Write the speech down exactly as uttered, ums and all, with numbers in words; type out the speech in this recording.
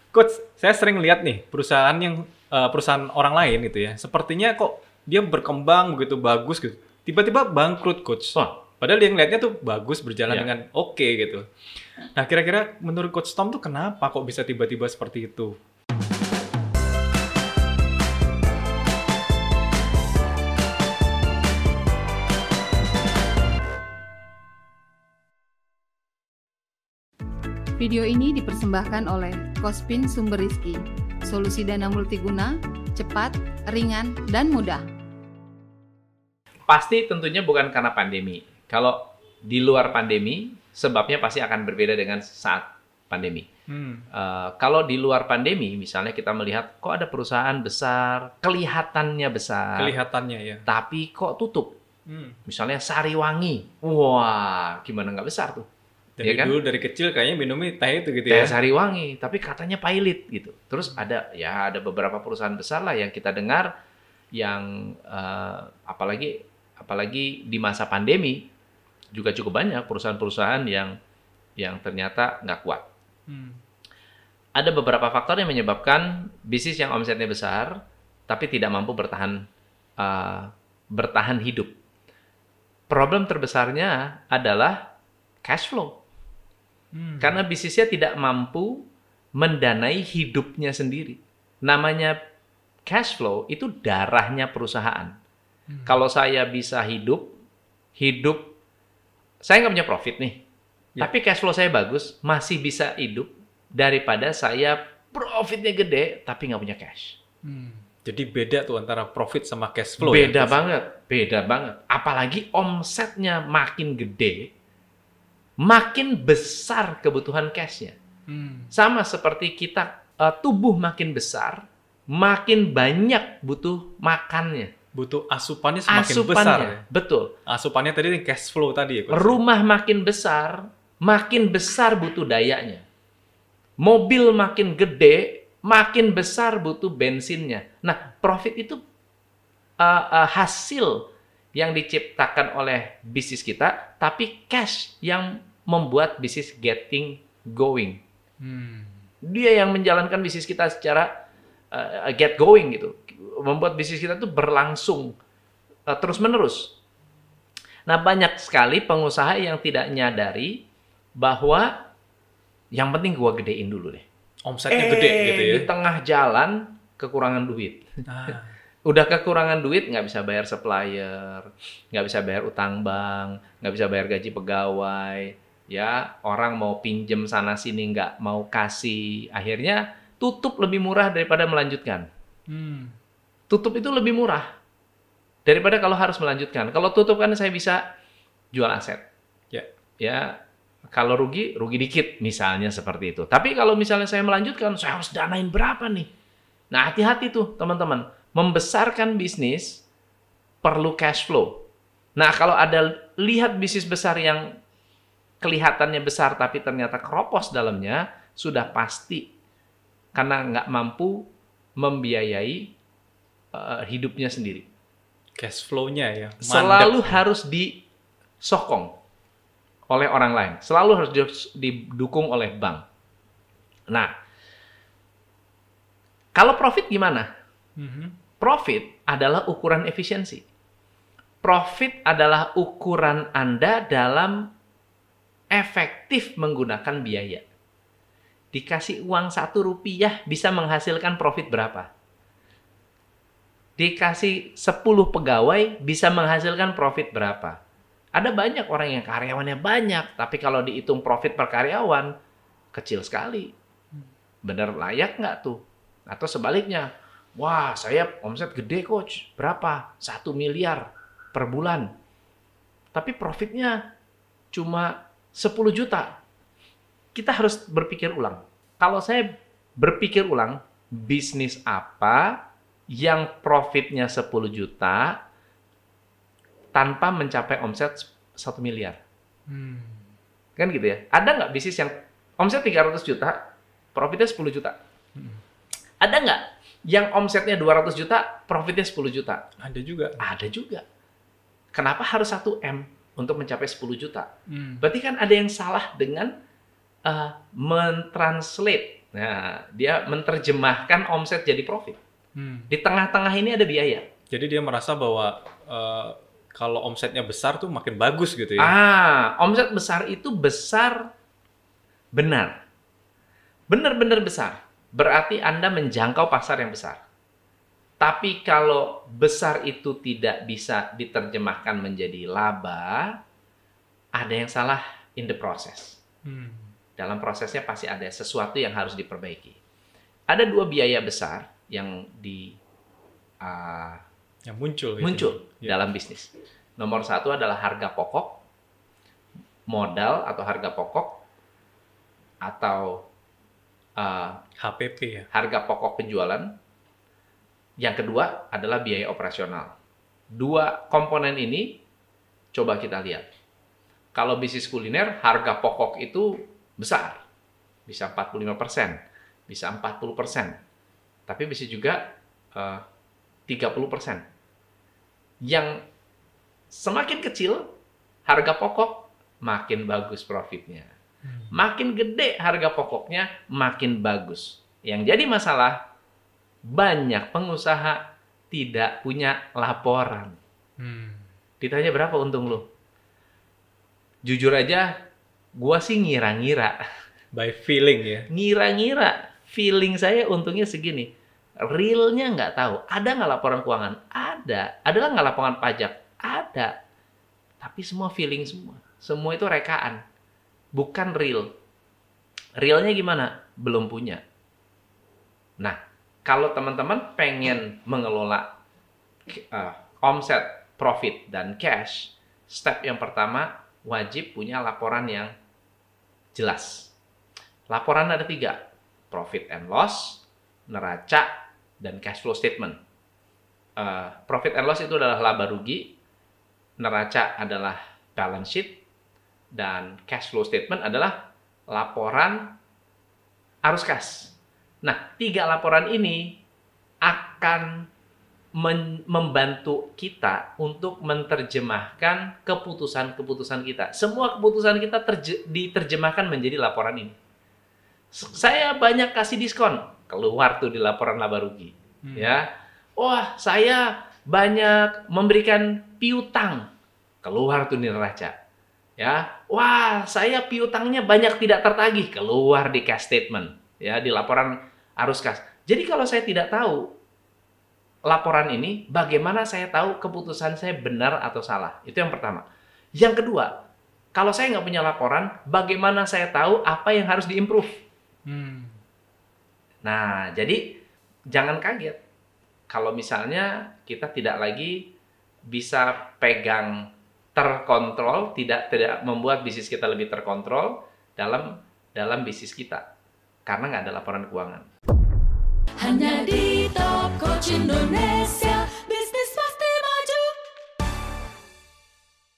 Coach, saya sering lihat nih perusahaan yang uh, perusahaan orang lain gitu ya. Sepertinya kok dia berkembang begitu bagus gitu. Tiba-tiba bangkrut, Coach. Wah, Padahal dia ngelihatnya tuh bagus, berjalan ya. dengan oke gitu. Nah, kira-kira menurut Coach Tom tuh kenapa kok bisa tiba-tiba seperti itu? Video ini dipersembahkan oleh Kospin Sumber Rizki, solusi dana multiguna, cepat, ringan, dan mudah. Pasti tentunya bukan karena pandemi. Kalau di luar pandemi, sebabnya pasti akan berbeda dengan saat pandemi. Hmm. Uh, kalau di luar pandemi, misalnya kita melihat kok ada perusahaan besar, kelihatannya besar, Kelihatannya ya. tapi kok tutup. Hmm. Misalnya Sariwangi, wah gimana nggak besar tuh? Dari Ya kan? dulu dari kecil kayaknya minumnya teh itu gitu Teh ya. Sariwangi, tapi katanya pailit gitu. Terus ada ya ada beberapa perusahaan besar lah yang kita dengar yang uh, apalagi apalagi di masa pandemi juga cukup banyak perusahaan-perusahaan yang yang ternyata nggak kuat. Hmm. Ada beberapa faktor yang menyebabkan bisnis yang omsetnya besar tapi tidak mampu bertahan uh, bertahan hidup. Problem terbesarnya adalah cash flow. Hmm. Karena bisnisnya tidak mampu mendanai hidupnya sendiri. Namanya cash flow itu darahnya perusahaan. Hmm. Kalau saya bisa hidup, hidup, saya nggak punya profit nih. Ya. Tapi cash flow saya bagus, masih bisa hidup daripada saya profitnya gede tapi nggak punya cash. Hmm. Jadi beda tuh antara profit sama cash flow. Beda ya, banget, beda banget. Apalagi omsetnya makin gede, makin besar kebutuhan cash-nya. Hmm. Sama seperti kita, uh, tubuh makin besar, makin banyak butuh makannya. Butuh asupannya semakin asupannya, besar. Ya? Betul. Asupannya tadi cash flow tadi ya. Coach? Rumah makin besar, makin besar butuh dayanya. Mobil makin gede, makin besar butuh bensinnya. Nah, profit itu uh, uh, hasil yang diciptakan oleh bisnis kita, tapi cash yang membuat bisnis getting going. Hmm. Dia yang menjalankan bisnis kita secara uh, get going gitu. Membuat bisnis kita tuh berlangsung uh, terus-menerus. Nah, banyak sekali pengusaha yang tidak nyadari bahwa yang penting gua gedein dulu deh. Omsetnya eh, gede gitu ya. Di tengah jalan kekurangan duit. Ah. Udah kekurangan duit, nggak bisa bayar supplier, nggak bisa bayar utang bank, nggak bisa bayar gaji pegawai. Ya, orang mau pinjem sana sini nggak mau kasih, akhirnya tutup lebih murah daripada melanjutkan. Hmm. Tutup itu lebih murah daripada kalau harus melanjutkan. Kalau tutup kan saya bisa jual aset. Ya, ya kalau rugi, rugi dikit misalnya seperti itu. Tapi kalau misalnya saya melanjutkan, saya harus danain berapa nih? Nah, hati-hati tuh teman-teman. Membesarkan bisnis perlu cash flow. Nah, kalau ada lihat bisnis besar yang kelihatannya besar tapi ternyata keropos dalamnya, sudah pasti karena nggak mampu membiayai uh, hidupnya sendiri. Cash flow-nya ya. Mandep. Selalu harus disokong oleh orang lain. Selalu harus didukung oleh bank. Nah, kalau profit gimana? Mm-hmm. Profit adalah ukuran efisiensi. Profit adalah ukuran Anda dalam efektif menggunakan biaya. Dikasih uang satu rupiah bisa menghasilkan profit berapa? Dikasih sepuluh pegawai bisa menghasilkan profit berapa? Ada banyak orang yang karyawannya banyak, tapi kalau dihitung profit per karyawan, kecil sekali. Benar layak nggak tuh? Atau sebaliknya, wah saya omset gede coach, berapa? Satu miliar per bulan. Tapi profitnya cuma sepuluh juta. Kita harus berpikir ulang. Kalau saya berpikir ulang, bisnis apa yang profitnya sepuluh juta tanpa mencapai omset satu miliar? Hmm. Kan gitu ya. Ada nggak bisnis yang omset tiga ratus juta, profitnya sepuluh juta? Hmm. Ada nggak yang omsetnya dua ratus juta, profitnya sepuluh juta? Ada juga. Ada juga. Kenapa harus satu M untuk mencapai sepuluh juta? Hmm. Berarti kan ada yang salah dengan uh, mentranslate Nah, dia menerjemahkan omset jadi profit. Hmm. Di tengah-tengah ini ada biaya. Jadi dia merasa bahwa uh, kalau omsetnya besar tuh makin bagus gitu ya. Ah, omset besar itu besar benar. Benar-benar besar. Berarti Anda menjangkau pasar yang besar. Tapi kalau besar itu tidak bisa diterjemahkan menjadi laba, ada yang salah in the process. Hmm. Dalam prosesnya pasti ada sesuatu yang harus diperbaiki. Ada dua biaya besar yang di uh, yang muncul gitu. muncul ya. dalam bisnis. Nomor satu adalah harga pokok, modal atau harga pokok, atau uh, H P P ya. harga pokok penjualan. Yang kedua adalah biaya operasional. Dua komponen ini coba kita lihat. Kalau bisnis kuliner, harga pokok itu besar. Bisa empat puluh lima persen, bisa empat puluh persen. Tapi bisa juga uh, tiga puluh persen. Yang semakin kecil harga pokok, makin bagus profitnya. Makin gede harga pokoknya, makin bagus. Yang jadi masalah, banyak pengusaha tidak punya laporan. Hmm. Ditanya berapa untung lu? Jujur aja, gua sih ngira-ngira. By feeling ya? Ngira-ngira. Feeling saya untungnya segini. Realnya nggak tahu. Ada nggak laporan keuangan? Ada. Ada nggak laporan pajak? Ada. Tapi semua feeling semua. Semua itu rekaan. Bukan real. Realnya gimana? Belum punya. Nah, kalau teman-teman pengen mengelola uh, omset, profit, dan cash, step yang pertama, wajib punya laporan yang jelas. Laporan ada tiga. Profit and loss, neraca, dan cash flow statement. Uh, profit and loss itu adalah laba rugi, neraca adalah balance sheet, dan cash flow statement adalah laporan arus kas. Nah, tiga laporan ini akan men- membantu kita untuk menerjemahkan keputusan-keputusan kita. Semua keputusan kita terje- diterjemahkan menjadi laporan ini. Saya banyak kasih diskon, keluar tuh di laporan laba rugi. Hmm. Ya, wah saya banyak memberikan piutang, keluar tuh di neraca. Ya, wah saya piutangnya banyak tidak tertagih, keluar di cash statement. Ya, di laporan arus kas. Jadi kalau saya tidak tahu laporan ini, bagaimana saya tahu keputusan saya benar atau salah? Itu yang pertama. Yang kedua, kalau saya nggak punya laporan, bagaimana saya tahu apa yang harus diimprove? Hmm. Nah, jadi jangan kaget kalau misalnya kita tidak lagi bisa pegang terkontrol, tidak tidak membuat bisnis kita lebih terkontrol dalam dalam bisnis kita karena nggak ada laporan keuangan. Hanya di Top Coach Indonesia.